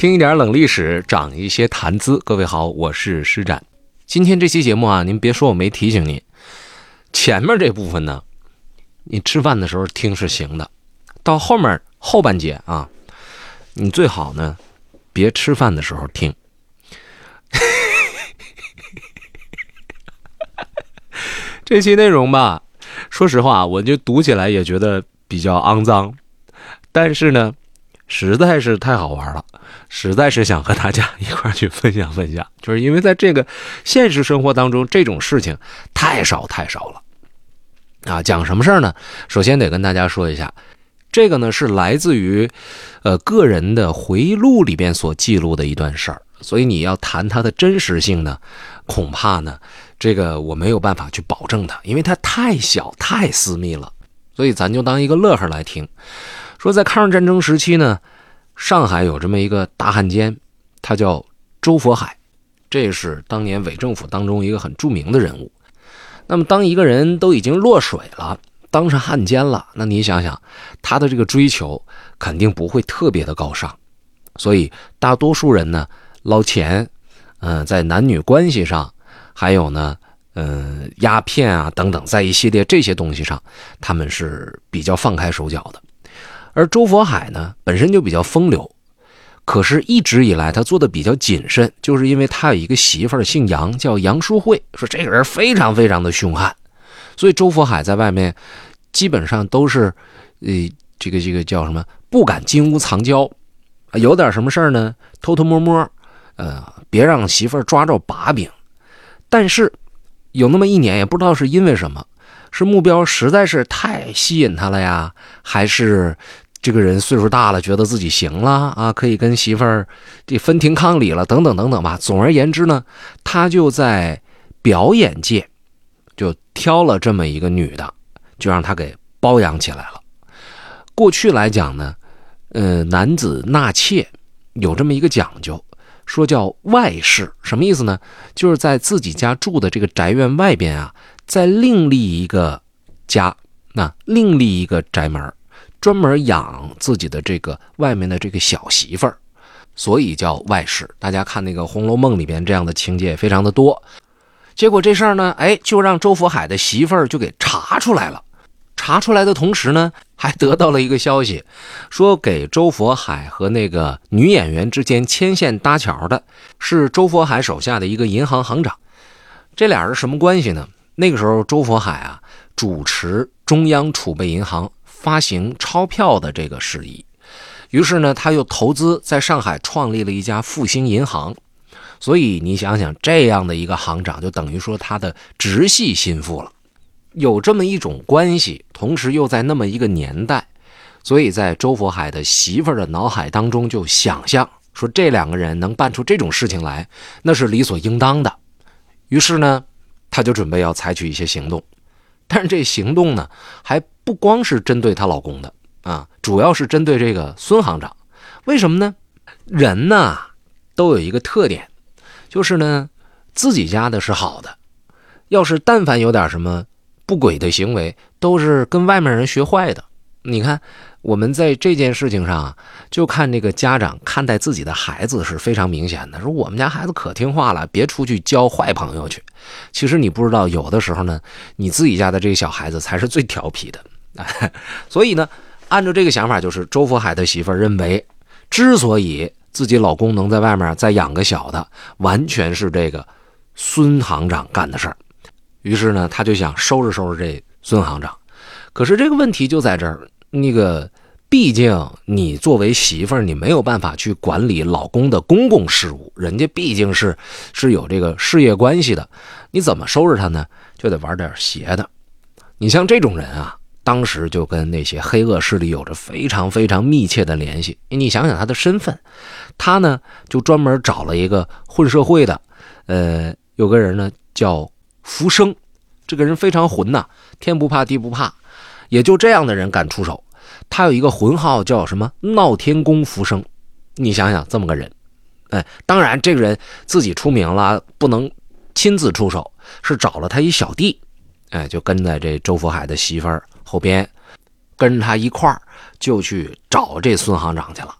听一点冷历史，长一些谈资。各位好，我是施展。今天这期节目啊，您别说我没提醒您，前面这部分呢，你吃饭的时候听是行的，到后面后半节啊，你最好呢别吃饭的时候听。这期内容吧，说实话，我就读起来也觉得比较肮脏，但是呢，实在是太好玩了，实在是想和大家一块去分享分享。就是因为在这个现实生活当中，这种事情太少了啊。讲什么事儿呢？首先得跟大家说一下，这个呢是来自于个人的回忆录里边所记录的一段事儿，所以你要谈它的真实性呢，恐怕呢这个我没有办法去保证它，因为它太小太私密了，所以咱就当一个乐呵来听。说在抗日战争时期呢，上海有这么一个大汉奸，他叫周佛海，这是当年伪政府当中一个很著名的人物。那么当一个人都已经落水了，当上汉奸了，那你想想他的这个追求肯定不会特别的高尚，所以大多数人呢捞钱，在男女关系上，还有呢鸦片啊等等，在一系列这些东西上，他们是比较放开手脚的。而周佛海呢本身就比较风流，可是一直以来他做的比较谨慎，就是因为他有一个媳妇儿姓杨，叫杨淑慧，说这个人非常的凶悍，所以周佛海在外面基本上都是这个叫什么，不敢金屋藏娇，有点什么事儿呢偷偷摸摸，别让媳妇儿抓着把柄。但是有那么一年，也不知道是因为什么，是目标实在是太吸引他了呀，还是这个人岁数大了，觉得自己行了啊，可以跟媳妇儿这分庭抗礼了，等等吧。总而言之呢，他就在表演界就挑了这么一个女的，就让她给包养起来了。过去来讲呢，男子纳妾有这么一个讲究，说叫外室，什么意思呢？就是在自己家住的这个宅院外边啊，再另立一个家，另立一个宅门，专门养自己的这个外面的这个小媳妇儿，所以叫外室。大家看那个《红楼梦》里边这样的情节非常的多。结果这事儿呢，就让周佛海的媳妇儿就给查出来了。查出来的同时呢，还得到了一个消息，说给周佛海和那个女演员之间牵线搭桥的是周佛海手下的一个银行行长。这俩人什么关系呢？那个时候周佛海啊主持中央储备银行发行钞票的这个事宜，于是呢他又投资在上海创立了一家复兴银行。所以你想想，这样的一个行长就等于说他的直系心腹了。有这么一种关系，同时又在那么一个年代，所以在周佛海的媳妇儿的脑海当中就想象说，这两个人能办出这种事情来，那是理所应当的。于是呢他就准备要采取一些行动，但是这行动呢还不光是针对她老公的啊，主要是针对这个孙行长。为什么呢？人呢都有一个特点，就是呢自己家的是好的，要是但凡有点什么不轨的行为，都是跟外面人学坏的。你看我们在这件事情上啊，就看这个家长看待自己的孩子是非常明显的，说我们家孩子可听话了，别出去交坏朋友去。其实你不知道，有的时候呢你自己家的这个小孩子才是最调皮的。所以呢按照这个想法，就是周佛海的媳妇儿认为，之所以自己老公能在外面再养个小的，完全是这个孙行长干的事儿。于是呢他就想收拾这孙行长。可是这个问题就在这儿，那个毕竟你作为媳妇儿，你没有办法去管理老公的公共事务，人家毕竟是有这个事业关系的，你怎么收拾他呢？就得玩点邪的。你像这种人啊，当时就跟那些黑恶势力有着非常密切的联系。你想想他的身份，他呢就专门找了一个混社会的，有个人呢叫福生，这个人非常混呐，天不怕地不怕，也就这样的人敢出手。他有一个浑号叫什么闹天宫福生。你想想这么个人，当然这个人自己出名了，不能亲自出手，是找了他一小弟，就跟在这周佛海的媳妇儿后边，跟着他一块儿就去找这孙行长去了。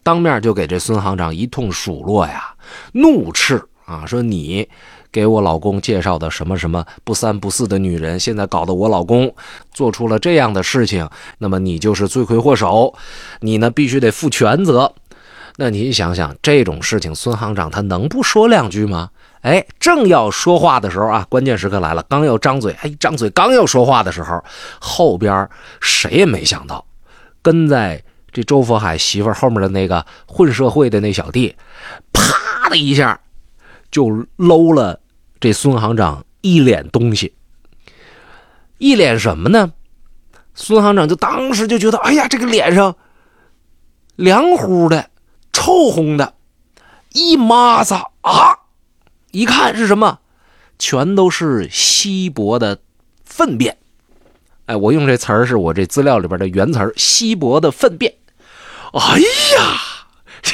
当面就给这孙行长一通数落呀，怒斥啊，说你给我老公介绍的什么什么不三不四的女人，现在搞得我老公做出了这样的事情，那么你就是罪魁祸首，你呢必须得负全责。那你想想这种事情，孙行长他能不说两句吗？正要说话的时候啊，关键时刻来了，刚要张嘴，张嘴刚要说话的时候，后边谁也没想到，跟在这周佛海媳妇后面的那个混社会的那小弟，啪的一下就搂了这孙行长一脸东西。一脸什么呢？孙行长就当时就觉得，哎呀，这个脸上凉乎的臭烘的一抹子啊，一看是什么，全都是稀薄的粪便。我用这词儿是我这资料里边的原词儿，稀薄的粪便。哎呀，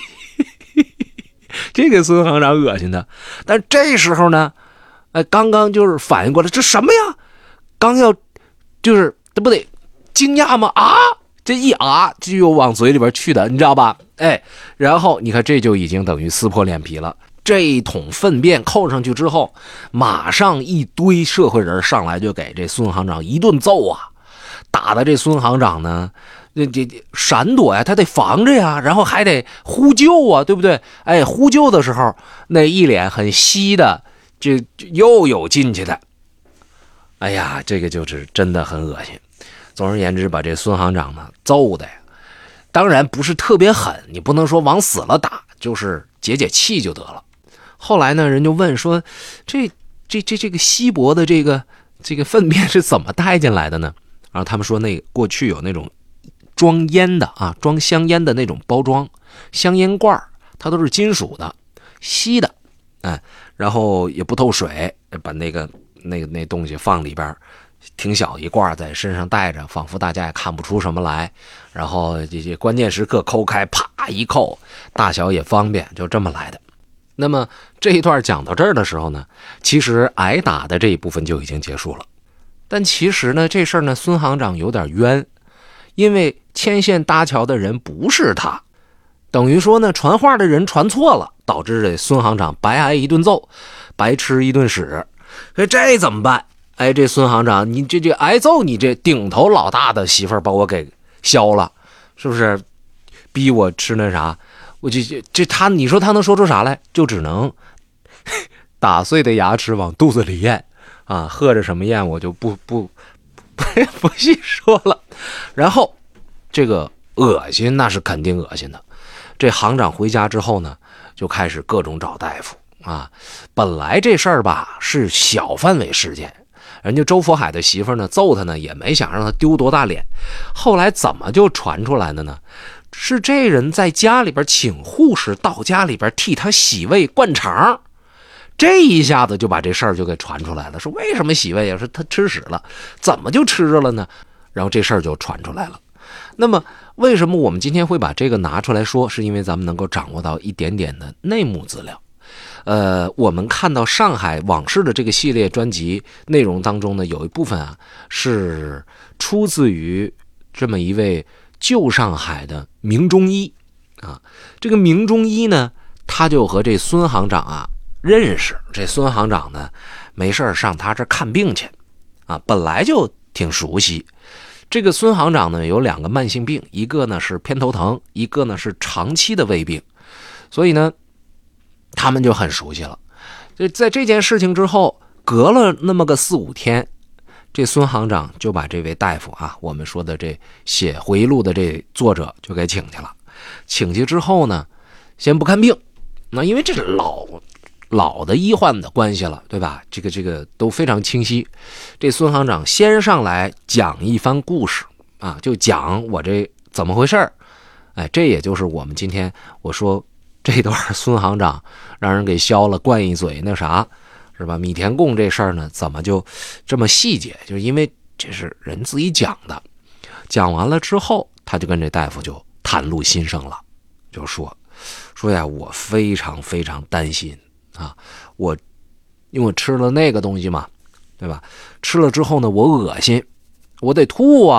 这个孙行长恶心的。但这时候呢，刚刚就是反应过来，这什么呀？刚要就是这不得惊讶吗？啊，这一就又往嘴里边去的，你知道吧？然后你看这就已经等于撕破脸皮了。这一桶粪便扣上去之后，马上一堆社会人上来就给这孙行长一顿揍啊，打的这孙行长呢，这闪躲呀，他得防着呀，然后还得呼救啊，对不对？呼救的时候那一脸很稀的，就又有进去的。哎呀，这个就是真的很恶心。总而言之，把这孙行长呢揍的呀，当然不是特别狠，你不能说往死了打，就是解解气就得了。后来呢，人就问说，这个稀薄的这个粪便是怎么带进来的呢？然后他们说，那过去有那种装烟的啊，装香烟的那种包装，香烟罐它都是金属的，锡的，然后也不透水，把那东西放里边，挺小一罐在身上带着，仿佛大家也看不出什么来。然后这些关键时刻抠开，啪一扣，大小也方便，就这么来的。那么这一段讲到这儿的时候呢，其实挨打的这一部分就已经结束了。但其实呢，这事儿呢，孙行长有点冤，因为牵线搭桥的人不是他，等于说呢，传话的人传错了，导致这孙行长白挨一顿揍，白吃一顿屎。这怎么办？这孙行长，你这挨揍，你这顶头老大的媳妇儿把我给削了，是不是？逼我吃那啥，我他，你说他能说出啥来？就只能打碎的牙齿往肚子里咽啊，喝着什么咽我就不细说了。然后这个恶心那是肯定恶心的。这行长回家之后呢，就开始各种找大夫啊。本来这事儿吧是小范围事件，人家周佛海的媳妇呢揍他呢也没想让他丢多大脸。后来怎么就传出来的呢？是这人在家里边请护士到家里边替他洗胃灌肠，这一下子就把这事儿就给传出来了。说为什么洗胃啊？说他吃屎了，怎么就吃着了呢？然后这事儿就传出来了。那么为什么我们今天会把这个拿出来说？是因为咱们能够掌握到一点点的内幕资料。我们看到上海往事的这个系列专辑内容当中呢，有一部分啊是出自于这么一位旧上海的名中医啊。这个名中医呢，他就和这孙行长啊认识。这孙行长呢没事上他这看病去啊，本来就挺熟悉。这个孙行长呢有2个慢性病，一个呢是偏头疼，一个呢是长期的胃病，所以呢他们就很熟悉了。在这件事情之后，隔了那么个4、5天，这孙行长就把这位大夫啊，我们说的这写回忆录的这作者就给请去了。请去之后呢，先不看病，那因为这是老的医患的关系了，对吧？这个都非常清晰。这孙行长先上来讲一番故事啊，就讲我这怎么回事。这也就是我们今天我说这段孙行长让人给削了灌一嘴那啥，是吧？米田共这事儿呢，怎么就这么细节？就是因为这是人自己讲的。讲完了之后，他就跟这大夫就袒露心声了，就说呀，我非常非常担心啊，因为我吃了那个东西嘛，对吧？吃了之后呢，我恶心，我得吐啊，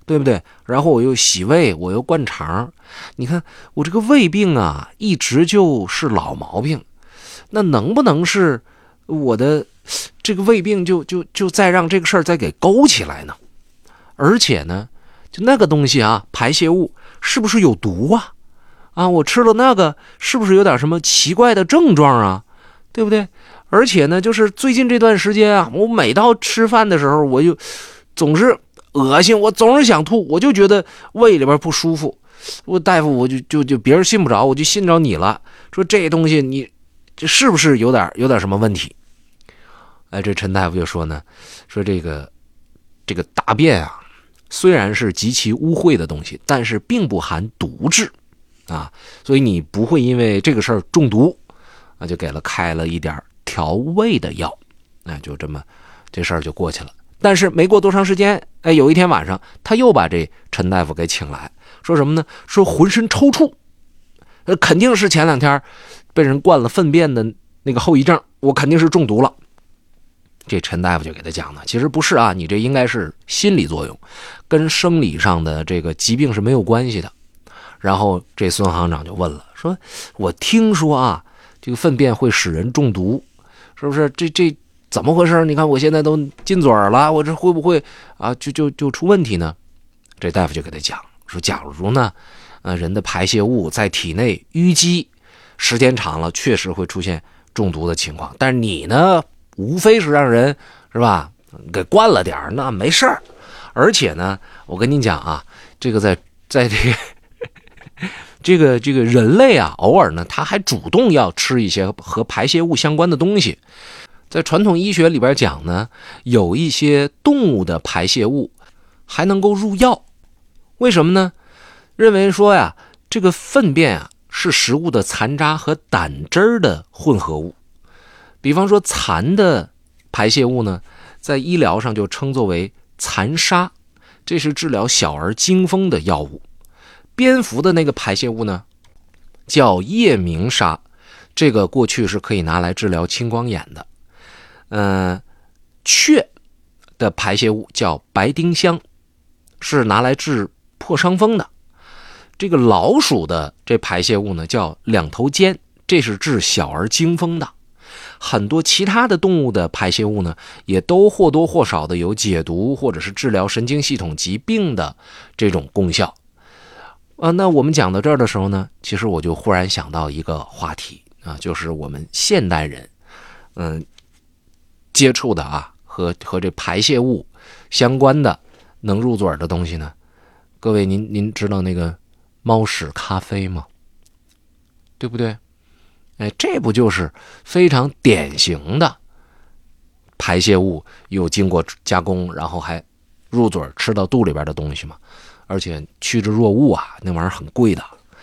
对不对？然后我又洗胃，我又灌肠，你看我这个胃病啊，一直就是老毛病。那能不能是我的这个胃病就再让这个事儿再给勾起来呢？而且呢，就那个东西啊，排泄物是不是有毒啊？啊，我吃了那个是不是有点什么奇怪的症状啊？对不对？而且呢，就是最近这段时间啊，我每到吃饭的时候，我就总是恶心，我总是想吐，我就觉得胃里边不舒服。我大夫，我就别人信不着，我就信着你了，说这东西你这是不是有点什么问题？哎，这陈大夫就说呢，说这个大便啊，虽然是极其污秽的东西，但是并不含毒质啊，所以你不会因为这个事儿中毒啊，就开了一点调胃的药，那就这么这事儿就过去了。但是没过多长时间，哎，有一天晚上，他又把这陈大夫给请来，说什么呢？说浑身抽搐，肯定是前2天被人灌了粪便的那个后遗症，我肯定是中毒了。这陈大夫就给他讲呢，其实不是啊，你这应该是心理作用，跟生理上的这个疾病是没有关系的。然后这孙行长就问了，说我听说啊，这个粪便会使人中毒，是不是？这怎么回事？你看我现在都进嘴了，我这会不会啊就出问题呢？这大夫就给他讲说，假如呢，人的排泄物在体内淤积，时间长了确实会出现中毒的情况，但是你呢，无非是让人是吧给灌了点，那没事儿。而且呢，我跟你讲啊，这个在这个人类啊，偶尔呢他还主动要吃一些和排泄物相关的东西。在传统医学里边讲呢，有一些动物的排泄物还能够入药。为什么呢？认为说呀，这个粪便啊是食物的残渣和胆汁的混合物。比方说蚕的排泄物呢，在医疗上就称作为蚕沙，这是治疗小儿惊风的药物。蝙蝠的那个排泄物呢，叫夜明沙，这个过去是可以拿来治疗青光眼的。雀的排泄物叫白丁香，是拿来治破伤风的。这个老鼠的这排泄物呢，叫两头尖，这是治小儿惊风的。很多其他的动物的排泄物呢，也都或多或少的有解毒或者是治疗神经系统疾病的这种功效。那我们讲到这儿的时候呢，其实我就忽然想到一个话题啊，就是我们现代人接触的啊和这排泄物相关的能入嘴的东西呢，各位您知道那个猫屎咖啡吗？对不对？哎，这不就是非常典型的排泄物又经过加工，然后还入嘴吃到肚里边的东西吗？而且趋之若鹜啊，那玩意儿很贵的。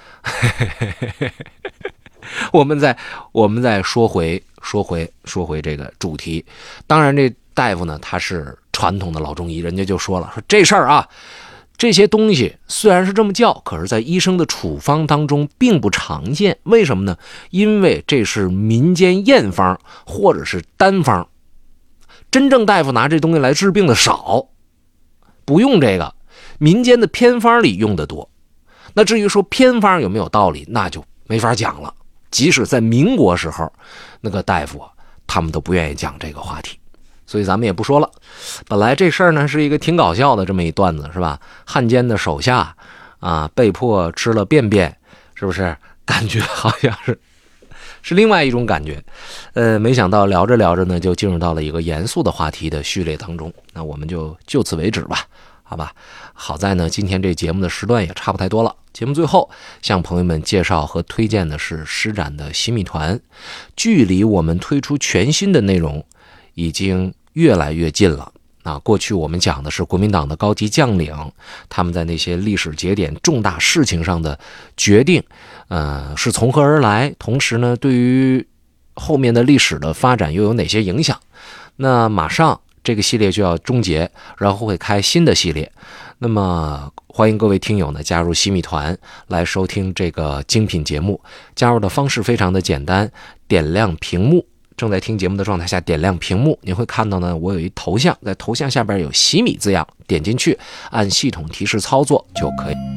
我们再说回这个主题。当然这大夫呢，他是传统的老中医，人家就说了，说这事儿啊，这些东西虽然是这么叫，可是在医生的处方当中并不常见。为什么呢？因为这是民间验方或者是单方，真正大夫拿这东西来治病的少，不用这个，民间的偏方里用的多。那至于说偏方有没有道理，那就没法讲了。即使在民国时候，那个大夫他们都不愿意讲这个话题，所以咱们也不说了。本来这事儿呢是一个挺搞笑的这么一段子，是吧？汉奸的手下啊，被迫吃了便便，是不是？感觉好像是另外一种感觉。没想到聊着聊着呢，就进入到了一个严肃的话题的序列当中。那我们就此为止吧，好吧？好在呢，今天这节目的时段也差不太多了。节目最后向朋友们介绍和推荐的是施展的洗米团，距离我们推出全新的内容已经越来越近了。过去我们讲的是国民党的高级将领，他们在那些历史节点重大事情上的决定是从何而来，同时呢，对于后面的历史的发展又有哪些影响。那马上这个系列就要终结，然后会开新的系列。那么欢迎各位听友呢加入洗米团来收听这个精品节目。加入的方式非常的简单，点亮屏幕正在听节目的状态下点亮屏幕，您会看到呢，我有一头像，在头像下边有洗米字样，点进去按系统提示操作就可以。